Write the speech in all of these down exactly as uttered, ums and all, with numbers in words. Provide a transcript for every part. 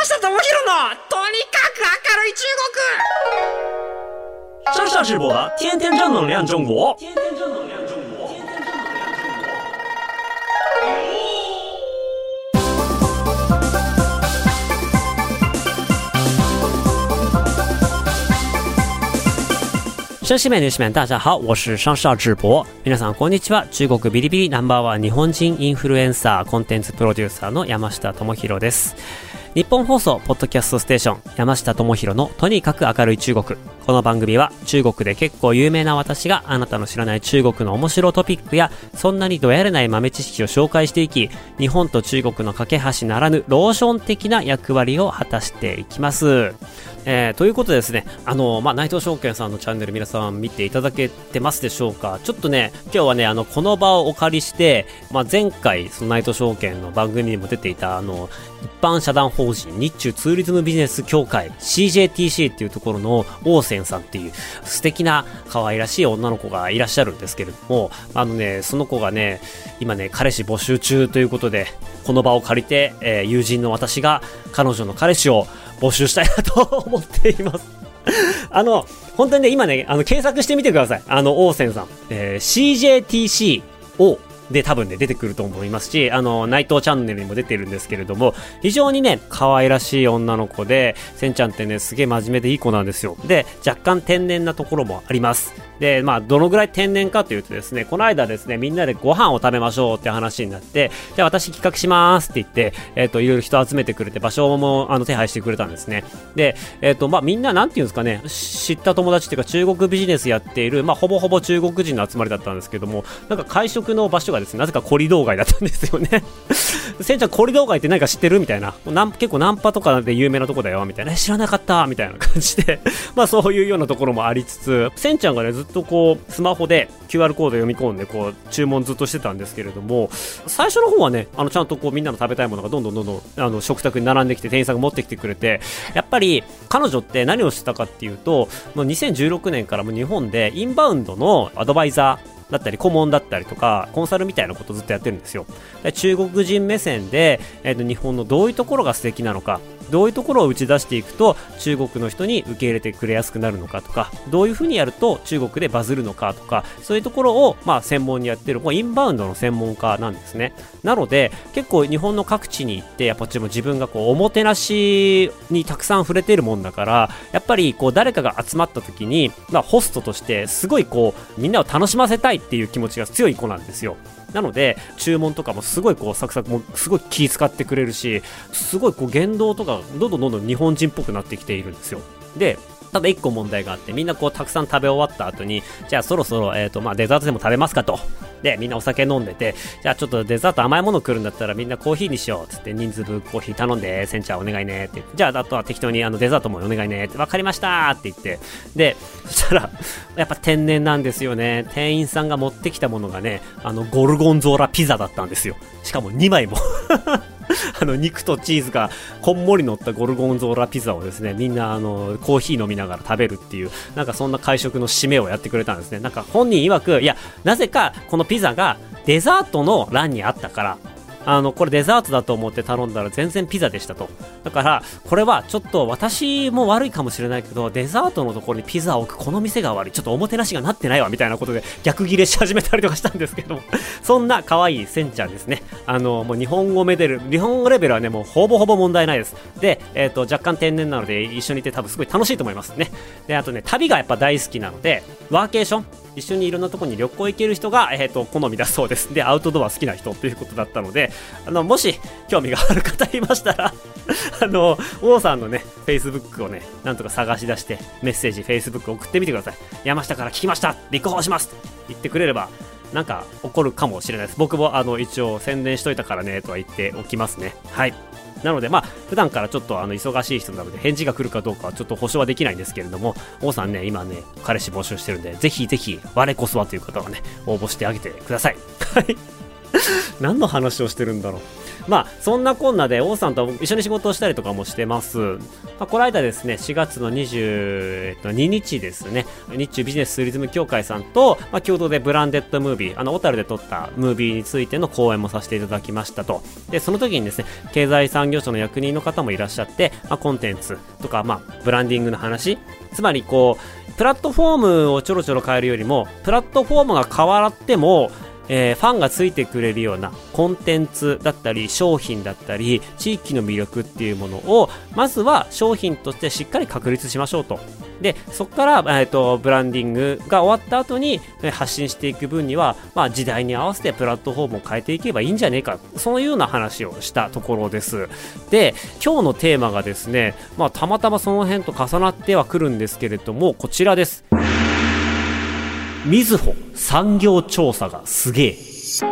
下智博のとにかく明るい中国。上下直播的天天正能量中国。天天正能量中国。天天正能量中国。生士们、女士们，大家好，我是上下直播。皆さんこんにちは。中国ビリビリナンバーワン日本人インフルエンサーコンテンツプロデューサーの山下智博です。日本放送ポッドキャストステーション山下智博のとにかく明るい中国。この番組は中国で結構有名な私があなたの知らない中国の面白トピックやそんなにどやれない豆知識を紹介していき、日本と中国の架け橋ならぬローション的な役割を果たしていきます。えー、ということでですね、あの、まあ、内藤証券さんのチャンネル皆さん見ていただけてますでしょうか。ちょっとね、今日はね、あの、この場をお借りして、まあ、前回、その内藤証券の番組にも出ていた、あの、一般社団法人日中ツーリズムビジネス協会 シージェーティーシー っていうところの王泉さんっていう素敵な可愛らしい女の子がいらっしゃるんですけれども、あのね、その子がね、今ね、彼氏募集中ということで、この場を借りて、えー、友人の私が彼女の彼氏を募集したいなと思っています。あの、本当にね、今ね、あの、検索してみてください。あの、王泉さん。えー、シージェーティーシー を、で多分ね出てくると思いますし、あの内藤チャンネルにも出てるんですけれども、非常にね可愛らしい女の子で、せんちゃんってねすげえ真面目でいい子なんですよ。で若干天然なところもあります。でまあどのぐらい天然かというとですね、この間ですねみんなでご飯を食べましょうって話になって、じゃあ私企画しますって言って、えっといろいろ人集めてくれて、場所もあの手配してくれたんですね。でえっとまあみんななんていうんですかね、知った友達っていうか中国ビジネスやっている、まあほぼほぼ中国人の集まりだったんですけども、なんか会食の場所がですね、なぜかコリドー街だったんですよね。せんちゃんコリドー街って何か知ってるみたいな、なん結構ナンパとかで有名なとこだよみたいな、知らなかったみたいな感じでまあそういうようなところもありつつ、せんちゃんがねずっとこうスマホで キューアール コード読み込んでこう注文ずっとしてたんですけれども、最初の方はねあのちゃんとこうみんなの食べたいものがどんどんどんどんあの食卓に並んできて、店員さんが持ってきてくれて、やっぱり彼女って何をしてたかっていうと、もうにせんじゅうろくねんからも日本でインバウンドのアドバイザーだったり顧問だったりとかコンサルみたいなことをずっとやってるんですよ。で中国人目線で、えーと、日本のどういうところが素敵なのか、どういうところを打ち出していくと中国の人に受け入れてくれやすくなるのかとか、どういうふうにやると中国でバズるのかとか、そういうところをまあ専門にやってる、もうインバウンドの専門家なんですね。なので結構日本の各地に行って、やっぱ自分がこうおもてなしにたくさん触れているもんだから、やっぱりこう誰かが集まった時に、まあ、ホストとしてすごいこうみんなを楽しませたいっていう気持ちが強い子なんですよ。なので注文とかもすごいこうサクサクもすごい気遣ってくれるし、すごいこう言動とかどんどんどんどん日本人っぽくなってきているんですよ。でただ一個問題があって、みんなこうたくさん食べ終わった後に、じゃあそろそろ、えーとまあ、デザートでも食べますかと。でみんなお酒飲んでて、じゃあちょっとデザート甘いもの来るんだったらみんなコーヒーにしようっつって、人数分コーヒー頼んで、せんちゃんお願いねって、じゃああとは適当にあのデザートもお願いねって、分かりましたって言って、でそしたらやっぱ天然なんですよね。店員さんが持ってきたものがね、あのゴルゴンゾーラピザだったんですよ。しかもにまいもあの肉とチーズがこんもり乗ったゴルゴンゾーラピザをですね、みんなあのコーヒー飲みながら食べるっていう、なんかそんな会食の締めをやってくれたんですね。なんか本人曰く、いやなぜかこのピザがデザートの欄にあったから、あのこれデザートだと思って頼んだら全然ピザでしたと。だからこれはちょっと私も悪いかもしれないけど、デザートのところにピザを置くこの店が悪い、ちょっとおもてなしがなってないわみたいなことで逆ギレし始めたりとかしたんですけどもそんな可愛いせんちゃんですね。あのもう日本語レベル日本語レベルはねもうほぼほぼ問題ないです。で、えーと、若干天然なので一緒にいて多分すごい楽しいと思いますね。であとね、旅がやっぱ大好きなので、ワーケーション一緒にいろんなところに旅行行ける人が、えーと、好みだそうです。でアウトドア好きな人ということだったので、あのもし興味がある方いましたらあの王さんのね Facebook をねなんとか探し出してメッセージ Facebook 送ってみてください。山下から聞きました、立候補しますって言ってくれればなんか起こるかもしれないです。僕もあの一応宣伝しといたからねとは言っておきますね。はい。なのでまあ普段からちょっとあの忙しい人なので返事が来るかどうかはちょっと保証はできないんですけれども、王さんね今ね彼氏募集してるんで、ぜひぜひ我こそはという方はね応募してあげてください。はい。何の話をしてるんだろう。 まあそんなこんなで王さんと一緒に仕事をしたりとかもしてます。まあ、この間ですねしがつのにじゅうににちですね、日中ビジネスツーリズム協会さんと、まあ、共同でブランデッドムービー、あの小樽で撮ったムービーについての講演もさせていただきましたと。でその時にですね経済産業省の役人の方もいらっしゃって、まあ、コンテンツとか、まあ、ブランディングの話、つまりこうプラットフォームをちょろちょろ変えるよりもプラットフォームが変わってもえー、ファンがついてくれるようなコンテンツだったり商品だったり地域の魅力っていうものをまずは商品としてしっかり確立しましょうと。でそこから、えー、とブランディングが終わった後に、えー、発信していく分には、まあ、時代に合わせてプラットフォームを変えていけばいいんじゃねえか、そういうような話をしたところです。で今日のテーマがですね、まあ、たまたまその辺と重なってはくるんですけれども、こちらです。みずほ産業調査がすげえ。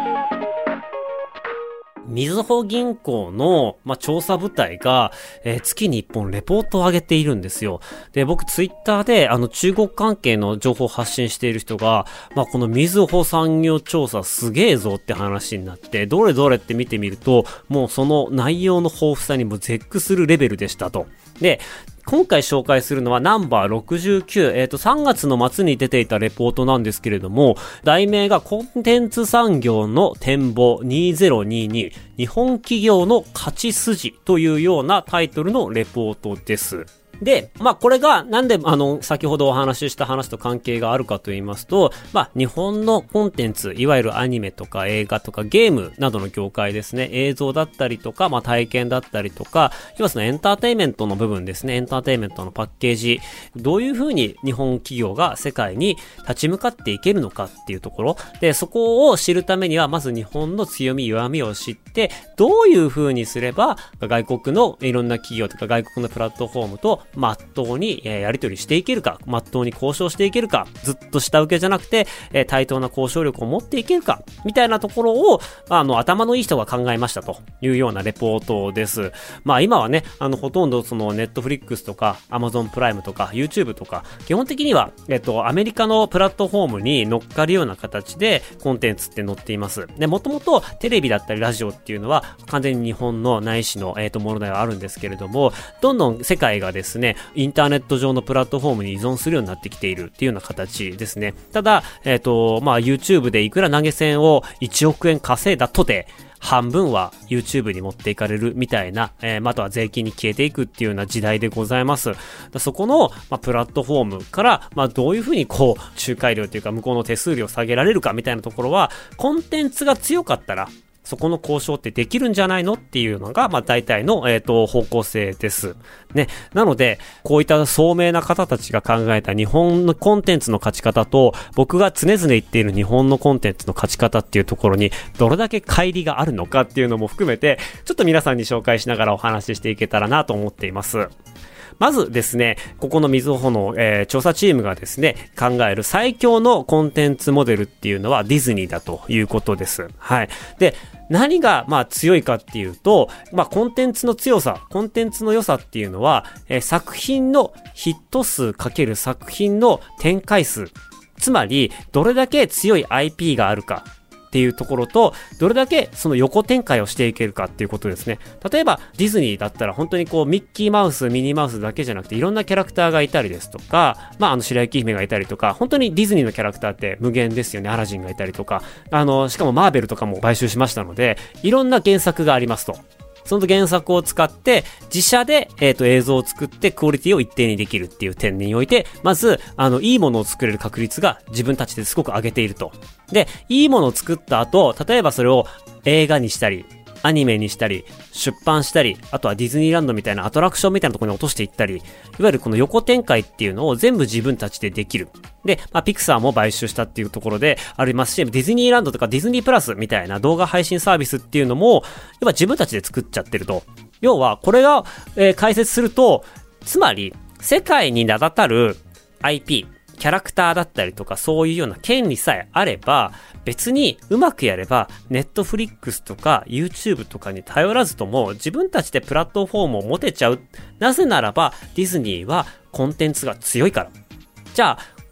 みずほ銀行の、まあ、調査部隊が、えー、月にいっぽんレポートを上げているんですよ。で、僕ツイッターであの中国関係の情報を発信している人が、まあ、このみずほ産業調査すげえぞって話になって、どれどれって見てみると、もうその内容の豊富さにも絶句するレベルでしたと。で、今回紹介するのはナンバーろくじゅうきゅう、えっとさんがつの末に出ていたレポートなんですけれども、題名がコンテンツ産業の展望にせんにじゅうに、日本企業の勝ち筋というようなタイトルのレポートです。で、まあこれがなんであの先ほどお話しした話と関係があるかと言いますと、まあ日本のコンテンツ、いわゆるアニメとか映画とかゲームなどの業界ですね、映像だったりとか、まあ体験だったりとか、要はそのエンターテインメントの部分ですね、エンターテインメントのパッケージ、どういう風に日本企業が世界に立ち向かっていけるのかっていうところで、そこを知るためにはまず日本の強み弱みを知って、どういう風にすれば外国のいろんな企業とか外国のプラットフォームとまっとうにやり取りしていけるか、まっとうに交渉していけるか、ずっと下請けじゃなくて対等な交渉力を持っていけるかみたいなところをあの頭のいい人が考えましたというようなレポートです。まあ今はね、あのほとんどそのネットフリックスとか Amazon プライムとか YouTube とか基本的にはえっとアメリカのプラットフォームに乗っかるような形でコンテンツって載っています。で、もともとテレビだったりラジオっていうのは完全に日本のないしのえっとものではあるんですけれども、どんどん世界がですねインターネット上のプラットフォームに依存するようになってきているっていうような形ですね。ただ、えっと、まあ、YouTube でいくら投げ銭をいちおくえん稼いだとて、半分は YouTube に持っていかれるみたいな、えー、または税金に消えていくっていうような時代でございます。そこの、まあ、プラットフォームから、まあ、どういうふうにこう、仲介料というか向こうの手数料を下げられるかみたいなところは、コンテンツが強かったら、そこの交渉ってできるんじゃないのっていうのが、まあ大体の、えっと、方向性です。ね。なので、こういった聡明な方たちが考えた日本のコンテンツの勝ち方と、僕が常々言っている日本のコンテンツの勝ち方っていうところに、どれだけ乖離があるのかっていうのも含めて、ちょっと皆さんに紹介しながらお話ししていけたらなと思っています。まずですね、ここのみずほの、えー、調査チームがですね、考える最強のコンテンツモデルっていうのはディズニーだということです。はい。で、何がまあ強いかっていうと、まあコンテンツの強さ、コンテンツの良さっていうのは、えー、作品のヒット数かける作品の展開数。つまり、どれだけ強い アイピー があるか。っていうところと、どれだけその横展開をしていけるかっていうことですね。例えばディズニーだったら本当にこうミッキーマウス、ミニーマウスだけじゃなくていろんなキャラクターがいたりですとか、まああの白雪姫がいたりとか、本当にディズニーのキャラクターって無限ですよね。アラジンがいたりとか、あのしかもマーベルとかも買収しましたので、いろんな原作がありますと。その原作を使って自社で、えーと、映像を作ってクオリティを一定にできるっていう点において、まずあのいいものを作れる確率が自分たちですごく上げていると。で、いいものを作った後、例えばそれを映画にしたりアニメにしたり出版したり、あとはディズニーランドみたいなアトラクションみたいなところに落としていったり、いわゆるこの横展開っていうのを全部自分たちでできる。で、まあ、ピクサーも買収したっていうところでありますし、ディズニーランドとかディズニープラスみたいな動画配信サービスっていうのも、やっぱ自分たちで作っちゃってると。要は、これが、えー、解説すると、つまり、世界に名だたる アイピー、キャラクターだったりとかそういうような権利さえあれば、別にうまくやればネットフリックスとか YouTube とかに頼らずとも自分たちでプラットフォームを持てちゃう。なぜならばディズニーはコンテンツが強いから。じゃあ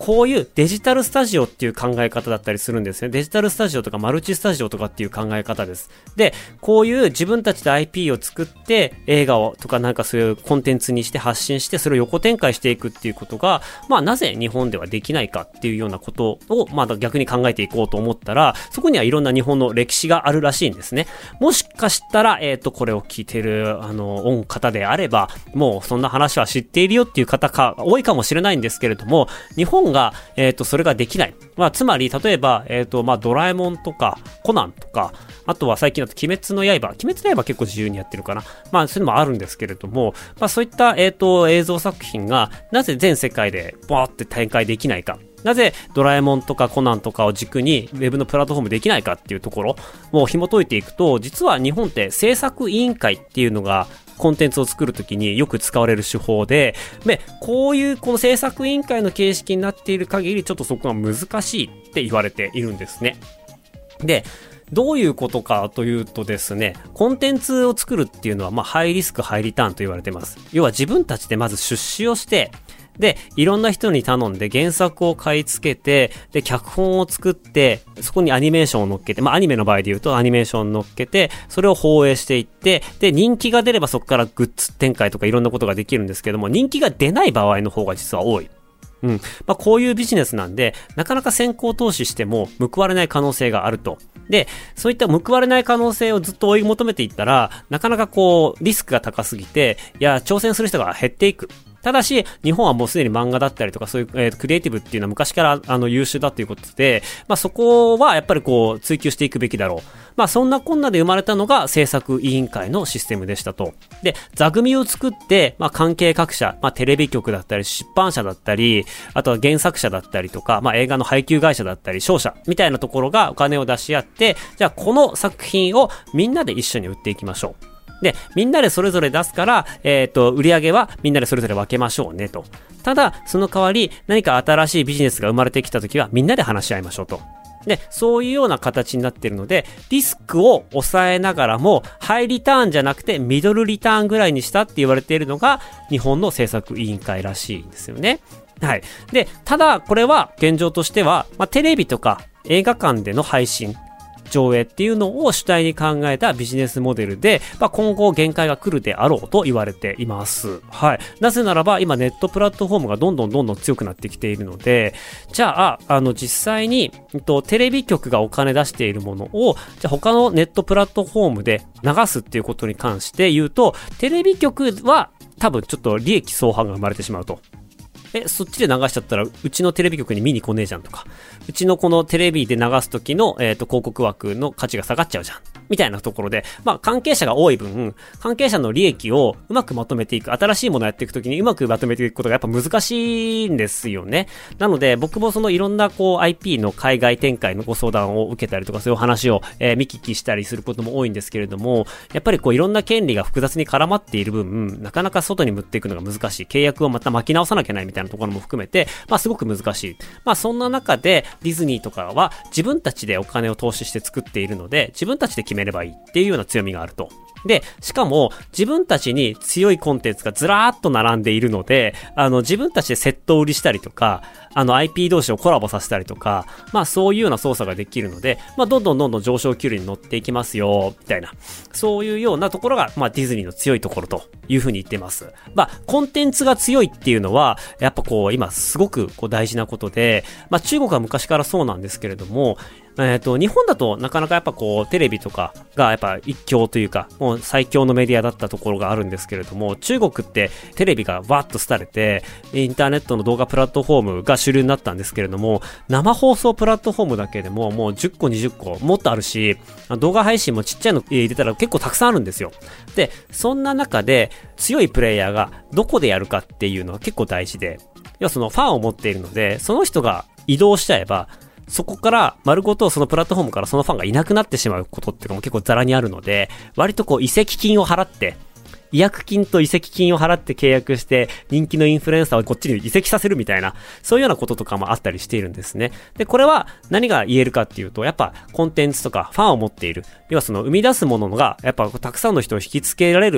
こういうデジタルスタジオっていう考え方だったりするんですね。デジタルスタジオとかマルチスタジオとかっていう考え方です。で、こういう自分たちで アイピー を作って映画をとかなんかそういうコンテンツにして発信してそれを横展開していくっていうことが、まあなぜ日本ではできないかっていうようなことをまだ逆に考えていこうと思ったら、そこにはいろんな日本の歴史があるらしいんですね。もしかしたら、えっと、これを聞いてる、あの、音方であれば、もうそんな話は知っているよっていう方が多いかもしれないんですけれども、日本が、えっと、それができない。まあ、つまり、例えば、えっと、まあ、ドラえもんとか、コナンとか、あとは最近だと鬼滅の刃。鬼滅の刃結構自由にやってるかな。まあ、そういうのもあるんですけれども、まあ、そういった、えっと、映像作品が、なぜ全世界で、バーって展開できないか。なぜドラえもんとかコナンとかを軸にウェブのプラットフォームできないかっていうところを紐解いていくと、実は日本って制作委員会っていうのがコンテンツを作るときによく使われる手法で、で、こういうこの制作委員会の形式になっている限りちょっとそこが難しいって言われているんですね。で、どういうことかというとですね、コンテンツを作るっていうのはまあハイリスクハイリターンと言われています。要は自分たちでまず出資をして、で、いろんな人に頼んで原作を買い付けて、で、脚本を作って、そこにアニメーションを乗っけて、まあアニメの場合で言うとアニメーションを乗っけて、それを放映していって、で、人気が出ればそこからグッズ展開とかいろんなことができるんですけども、人気が出ない場合の方が実は多い。うん。まあこういうビジネスなんで、なかなか先行投資しても報われない可能性があると。で、そういった報われない可能性をずっと追い求めていったら、なかなかこう、リスクが高すぎて、いや、挑戦する人が減っていく。ただし、日本はもうすでに漫画だったりとか、そういう、えー、クリエイティブっていうのは昔からあの優秀だということで、まあそこはやっぱりこう追求していくべきだろう。まあそんなこんなで生まれたのが制作委員会のシステムでしたと。で、座組を作って、まあ関係各社、まあテレビ局だったり、出版社だったり、あとは原作者だったりとか、まあ映画の配給会社だったり、商社みたいなところがお金を出し合って、じゃあこの作品をみんなで一緒に売っていきましょう。で、みんなでそれぞれ出すから、えっと、売り上げはみんなでそれぞれ分けましょうねと。ただ、その代わり何か新しいビジネスが生まれてきたときはみんなで話し合いましょうと。で、そういうような形になっているので、リスクを抑えながらも、ハイリターンじゃなくてミドルリターンぐらいにしたって言われているのが、日本の制作委員会らしいんですよね。はい。で、ただ、これは現状としては、まあ、テレビとか映画館での配信、上映っていうのを主体に考えたビジネスモデルで、まあ、今後限界が来るであろうと言われています。はい。なぜならば今ネットプラットフォームがどんどんどんどん強くなってきているので、じゃあ、あの実際に、えっと、テレビ局がお金出しているものを、じゃあ他のネットプラットフォームで流すっていうことに関して言うと、テレビ局は多分ちょっと利益相反が生まれてしまうと。え、そっちで流しちゃったら、うちのテレビ局に見に来ねえじゃんとか、うちのこのテレビで流す時の、えっと、広告枠の価値が下がっちゃうじゃん。みたいなところで、まあ、関係者が多い分、関係者の利益をうまくまとめていく、新しいものをやっていくときにうまくまとめていくことがやっぱ難しいんですよね。なので、僕もそのいろんなこう アイピー の海外展開のご相談を受けたりとか、そういう話を、えー、見聞きしたりすることも多いんですけれども、やっぱりこういろんな権利が複雑に絡まっている分、なかなか外に持っていくのが難しい。契約をまた巻き直さなきゃないみたいなところも含めて、まあすごく難しい。まあそんな中でディズニーとかは自分たちでお金を投資して作っているので、自分たちで決めればいいっていうような強みがあると。で、しかも自分たちに強いコンテンツがずらーっと並んでいるので、あの自分たちでセット売りしたりとか、あの アイピー 同士をコラボさせたりとか、まあそういうような操作ができるので、まあどんどんどんどん上昇気流に乗っていきますよ、みたいな。そういうようなところが、まあディズニーの強いところというふうに言ってます。まあコンテンツが強いっていうのは、やっぱこう今すごくこう大事なことで、まあ中国は昔からそうなんですけれども、えっと、日本だとなかなかやっぱこうテレビとかがやっぱ一強というかもう最強のメディアだったところがあるんですけれども、中国ってテレビがわーっと廃れてインターネットの動画プラットフォームが主流になったんですけれども、生放送プラットフォームだけでももうじゅっこにじゅっこもっとあるし、動画配信もちっちゃいの入れたら結構たくさんあるんですよ。で、そんな中で強いプレイヤーがどこでやるかっていうのは結構大事で、要はそのファンを持っているので、その人が移動しちゃえばそこから丸ごとそのプラットフォームからそのファンがいなくなってしまうことっていうのも結構ザラにあるので、割とこう移籍金を払って、違約金と移籍金を払って契約して人気のインフルエンサーをこっちに移籍させるみたいな、そういうようなこととかもあったりしているんですね。で、これは何が言えるかっていうと、やっぱコンテンツとかファンを持っている、要はその生み出すものがやっぱたくさんの人を引きつけられるっ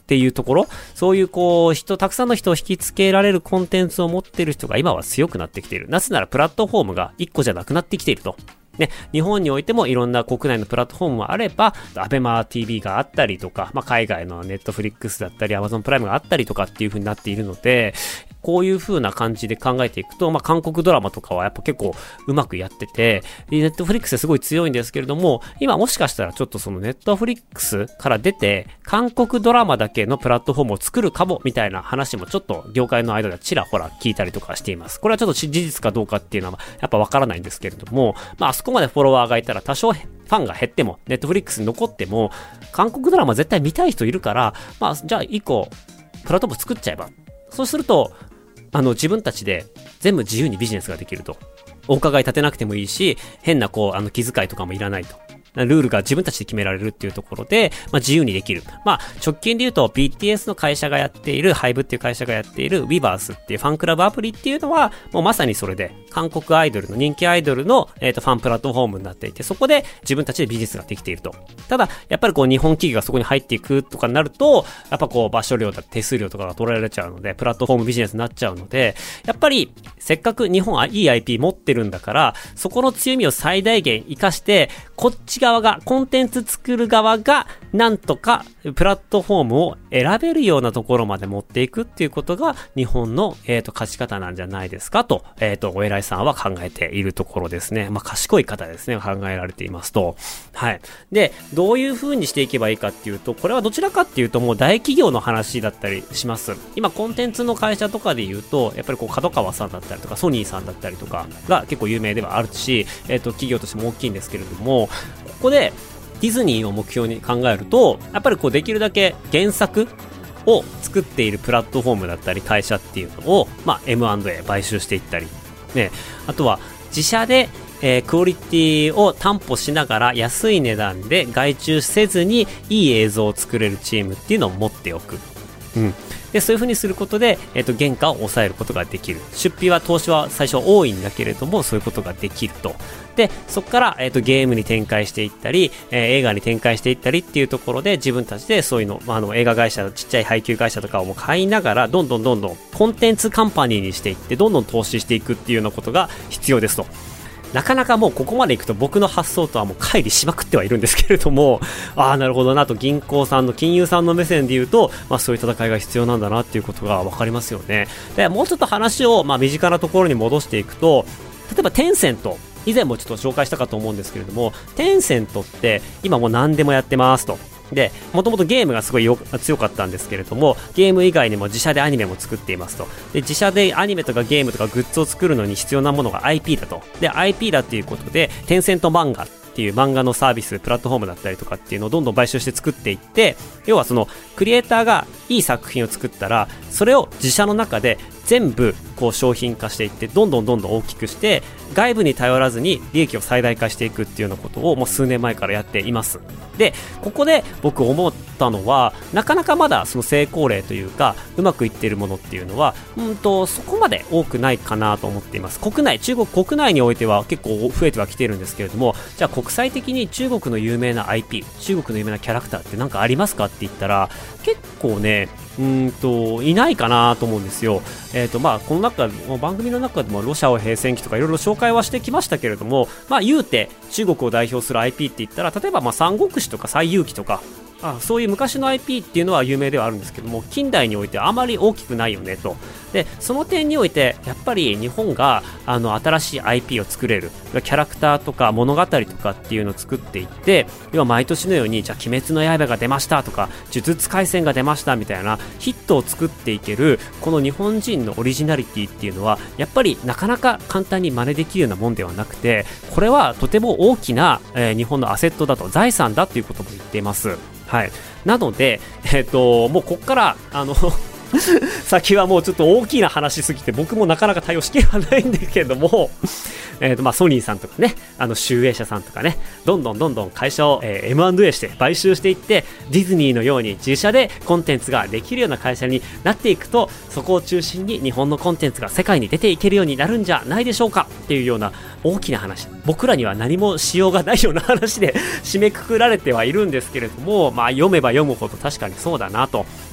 っていうところ、そういうこう人、たくさんの人を引きつけられるコンテンツを持っている人が今は強くなってきている。なぜならプラットフォームが一個じゃなくなってきていると。ね、日本においてもいろんな国内のプラットフォームがあれば、アベマ ティーブイ があったりとか、まあ、海外のネットフリックスだったり、アマゾンプライムがあったりとかっていう風になっているので、こういう風な感じで考えていくと、まあ、韓国ドラマとかはやっぱ結構うまくやってて、ネットフリックスですごい強いんですけれども、今もしかしたらちょっとそのネットフリックスから出て、韓国ドラマだけのプラットフォームを作るかもみたいな話もちょっと業界の間ではちらほら聞いたりとかしています。これはちょっと事実かどうかっていうのはやっぱわからないんですけれども、まあ、あそこまでフォロワーがいたら多少ファンが減っても、ネットフリックスに残っても、韓国ドラマ絶対見たい人いるから、まあ、じゃあ一個プラットフォーム作っちゃえば。そうすると、あの自分たちで全部自由にビジネスができると。お伺い立てなくてもいいし、変なこうあの気遣いとかもいらないと。ルールが自分たちで決められるっていうところで、まあ自由にできる。まあ直近で言うと ビーティーエス の会社がやっている、ハイブっていう会社がやっている Weverse っていうファンクラブアプリっていうのは、もうまさにそれで、韓国アイドルの人気アイドルの、えーと、ファンプラットフォームになっていて、そこで自分たちでビジネスができていると。ただ、やっぱりこう日本企業がそこに入っていくとかになると、やっぱこう場所料だ、手数料とかが取られちゃうので、プラットフォームビジネスになっちゃうので、やっぱりせっかく日本はいい アイピー 持ってるんだから、そこの強みを最大限活かして、こっち側が、コンテンツ作る側が、なんとかプラットフォームを選べるようなところまで持っていくっていうことが、日本の、えっと、勝ち方なんじゃないですかと、えっと、お偉いさんは考えているところですね。まあ、賢い方ですね、考えられていますと。はい。で、どういう風にしていけばいいかっていうと、これはどちらかっていうと、もう大企業の話だったりします。今、コンテンツの会社とかで言うと、やっぱりこう、角川さんだったりとか、ソニーさんだったりとかが結構有名ではあるし、えっと、企業としても大きいんですけれども、ここで、ディズニーを目標に考えると、やっぱりこうできるだけ原作を作っているプラットフォームだったり会社っていうのを、まあ、エムアンドエー 買収していったり、ね、あとは自社で、えー、クオリティを担保しながら安い値段で外注せずにいい映像を作れるチームっていうのを持っておく。うん。で、そういう風にすることで、えっと、原価を抑えることができる。出費は投資は最初多いんだけれども、そういうことができると。で、そこから、えっと、ゲームに展開していったり、えー、映画に展開していったりっていうところで、自分たちでそういうの、まあ、あの、映画会社、ちっちゃい配給会社とかをも買いながら、どんどんどんどんコンテンツカンパニーにしていって、どんどん投資していくっていうようなことが必要ですと。なかなかもうここまでいくと僕の発想とはもう乖離しまくってはいるんですけれども、ああなるほどなと、銀行さんの金融さんの目線で言うと、まあそういう戦いが必要なんだなっていうことが分かりますよね。で、もうちょっと話をまあ身近なところに戻していくと、例えばテンセント、以前もちょっと紹介したかと思うんですけれども、テンセントって今もう何でもやってますと。で、もともとゲームがすごいよ強かったんですけれども、ゲーム以外にも自社でアニメも作っていますと。で、自社でアニメとかゲームとかグッズを作るのに必要なものが アイピー だと。で、アイピー だっていうことで、テンセント漫画っていう漫画のサービス、プラットフォームだったりとかっていうのをどんどん買収して作っていって、要はそのクリエイターがいい作品を作ったら、それを自社の中で全部こう商品化していって、どんどんどんどん大きくして、外部に頼らずに利益を最大化していくっていうようなことをもう数年前からやっています。で、ここで僕思ったのは、なかなかまだその成功例というか、うまくいっているものっていうのは、うんとそこまで多くないかなと思っています。国内、中国国内においては結構増えてはきているんですけれども、じゃあ国際的に中国の有名な アイピー、中国の有名なキャラクターって何かありますかって言ったら、結構ね、うーんといないかなと思うんですよ。えーとまあ、この中番組の中でもロシアを平戦期とかいろいろ紹介はしてきましたけれども、まあ、言うて中国を代表する アイピー って言ったら、例えばまあ三国志とか西遊記とか、あそういう昔の アイピー っていうのは有名ではあるんですけども、近代においてあまり大きくないよねと。でその点においてやっぱり日本があの新しい アイピー を作れる、キャラクターとか物語とかっていうのを作っていって、要は毎年のようにじゃあ鬼滅の刃が出ましたとか呪術廻戦が出ましたみたいなヒットを作っていける、この日本人のオリジナリティっていうのはやっぱりなかなか簡単に真似できるようなもんではなくて、これはとても大きな、えー、日本のアセットだと、財産だということも言っています。はい、なので、えー、ともうここからあの先はもうちょっと大きな話すぎて僕もなかなか対応しきれはないんだけれどもえとまあソニーさんとかね、あの集英社さんとかね、どんどんどんどん会社を、えー、エムアンドエー して買収していって、ディズニーのように自社でコンテンツができるような会社になっていくと、そこを中心に日本のコンテンツが世界に出ていけるようになるんじゃないでしょうかっていうような大きな話、僕らには何もしようがないような話で締めくくられてはいるんですけれども、まあ読めば読むほど確かにそうだなと。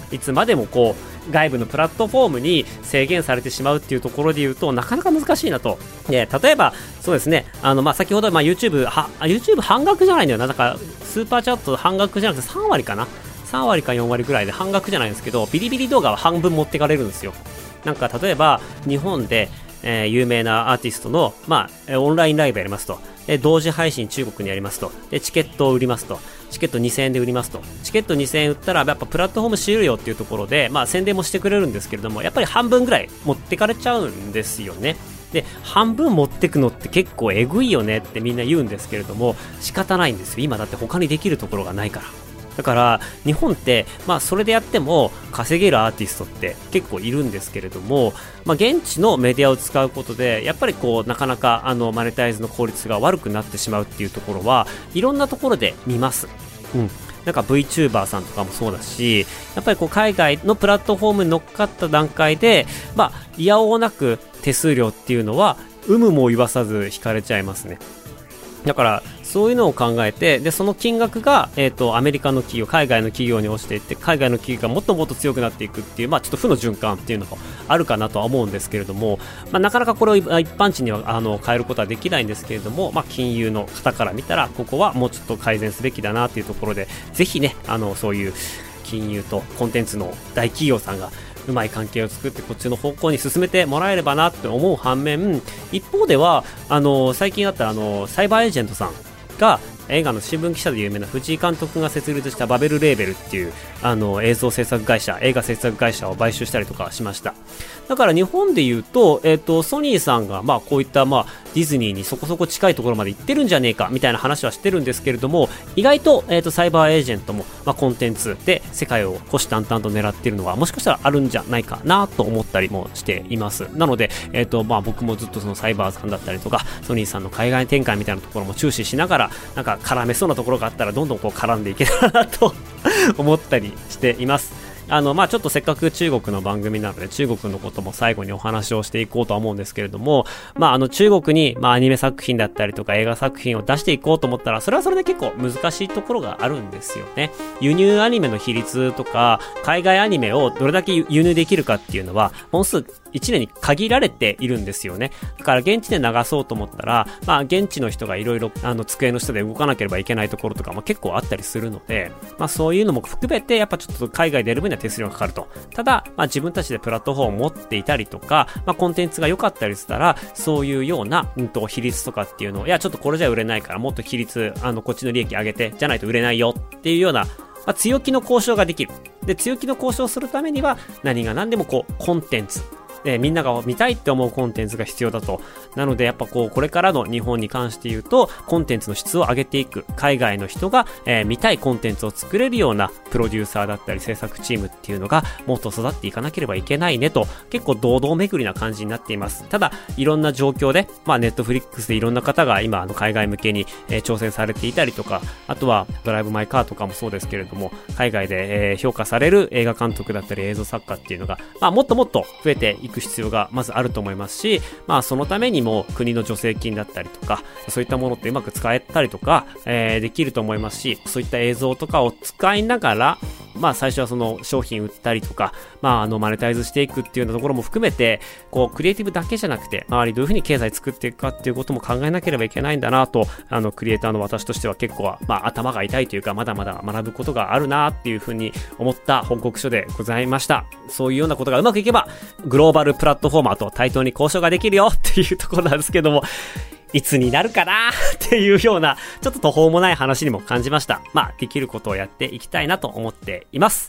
いつまでもこう外部のプラットフォームに制限されてしまうっていうところで言うとなかなか難しいなと。で例えばそうですね、あのまあ先ほどまあ YouTube は YouTube 半額じゃないんだよな、なんかスーパーチャット半額じゃなくてさんわりかな、さんわりかよんわりぐらいで半額じゃないんですけど、ビリビリ動画は半分持ってかれるんですよ。なんか例えば日本で、えー、有名なアーティストの、まあ、オンラインライブやりますと、で同時配信中国にやりますと、でチケットを売りますと、チケットにせんえんで売りますと、チケットにせんえん売ったらやっぱプラットフォーム収了っていうところで、まあ、宣伝もしてくれるんですけれども、やっぱり半分ぐらい持ってかれちゃうんですよね。で半分持ってくのって結構えぐいよねってみんな言うんですけれども、仕方ないんですよ。今だって他にできるところがないから。だから日本って、まあ、それでやっても稼げるアーティストって結構いるんですけれども、まあ、現地のメディアを使うことでやっぱりこうなかなかあのマネタイズの効率が悪くなってしまうっていうところはいろんなところで見ます。うん、なんか VTuber さんとかもそうだし、やっぱりこう海外のプラットフォームに乗っかった段階で、まあ、いやおうなく手数料っていうのは有無も言わさず引かれちゃいますね。だからそういうのを考えて、でその金額が、えーと、アメリカの企業、海外の企業に落ちていって、海外の企業がもっともっと強くなっていくっていう、まあ、ちょっと負の循環っていうのがあるかなとは思うんですけれども、まあ、なかなかこれを一般人にはあの変えることはできないんですけれども、まあ、金融の方から見たらここはもうちょっと改善すべきだなというところで、ぜひね、あのそういう金融とコンテンツの大企業さんがうまい関係を作ってこっちの方向に進めてもらえればなって思う反面、一方ではあの最近あったあのサイバーエージェントさんが映画の新聞記者で有名な藤井監督が設立したバベルレーベルっていうあの映像制作会社、映画制作会社を買収したりとかしました。だから日本でいうと、えっと、ソニーさんがまあこういったまあディズニーにそこそこ近いところまで行ってるんじゃねえかみたいな話はしてるんですけれども、意外と、えっと、サイバーエージェントも、まあ、コンテンツで世界を虎視眈々と狙っているのはもしかしたらあるんじゃないかなと思ったりもしています。なので、えっとまあ、僕もずっとそのサイバーさんだったりとかソニーさんの海外展開みたいなところも注視しながら、なんか絡めそうなところがあったらどんどんこう絡んでいけたらなと思ったりしています。あのまあ、ちょっとせっかく中国の番組なので中国のことも最後にお話をしていこうとは思うんですけれども、まあ、あの中国に、まあ、アニメ作品だったりとか映画作品を出していこうと思ったらそれはそれで結構難しいところがあるんですよね。輸入アニメの比率とか海外アニメをどれだけ輸入できるかっていうのは本数いちねんに限られているんですよね。だから現地で流そうと思ったら、まあ、現地の人がいろいろ机の下で動かなければいけないところとかも結構あったりするので、まあ、そういうのも含めてやっぱちょっと海外でやる分には手数料がかかると。ただ、まあ、自分たちでプラットフォームを持っていたりとか、まあ、コンテンツが良かったりしたらそういうような、うん、と比率とかっていうのを、いやちょっとこれじゃ売れないからもっと比率あのこっちの利益上げてじゃないと売れないよっていうような、まあ、強気の交渉ができる。で強気の交渉をするためには何が何でもこうコンテンツでみんなが見たいって思うコンテンツが必要だと。なのでやっぱこうこれからの日本に関して言うとコンテンツの質を上げていく、海外の人が、えー、見たいコンテンツを作れるようなプロデューサーだったり制作チームっていうのがもっと育っていかなければいけないねと、結構堂々巡りな感じになっています。ただいろんな状況で、まあ、ネットフリックスでいろんな方が今あの海外向けに、えー、挑戦されていたりとか、あとはドライブマイカーとかもそうですけれども海外で、えー、評価される映画監督だったり映像作家っていうのが、まあ、もっともっと増えていく必要がまずあると思いますし、まあそのためにも国の助成金だったりとかそういったものってうまく使えたりとか、えー、できると思いますし、そういった映像とかを使いながらまあ最初はその商品売ったりとか、まああのマネタイズしていくっていうようなところも含めて、こうクリエイティブだけじゃなくて周りどういうふうに経済作っていくかっていうことも考えなければいけないんだなと、あのクリエイターの私としては結構はまあ頭が痛いというか、まだまだ学ぶことがあるなっていうふうに思った報告書でございました。そういうようなことがうまくいけばグローバルプラットフォーマーと対等に交渉ができるよっていうところなんですけども、いつになるかなっていうようなちょっと途方もない話にも感じました。まあできることをやっていきたいなと思っています。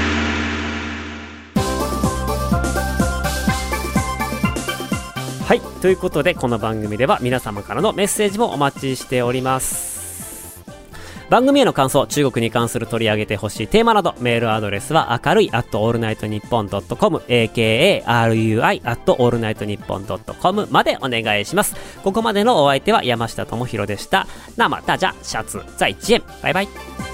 はい、ということでこの番組では皆様からのメッセージもお待ちしております。番組への感想、中国に関する取り上げてほしいテーマなど、メールアドレスは明るい アットオールナイトニッポンドットコム エーケーエーアールユーアイ アットオールナイトニッポンドットコム までお願いします。ここまでのお相手は山下智博でした。那么大家下次再见。バイバイ。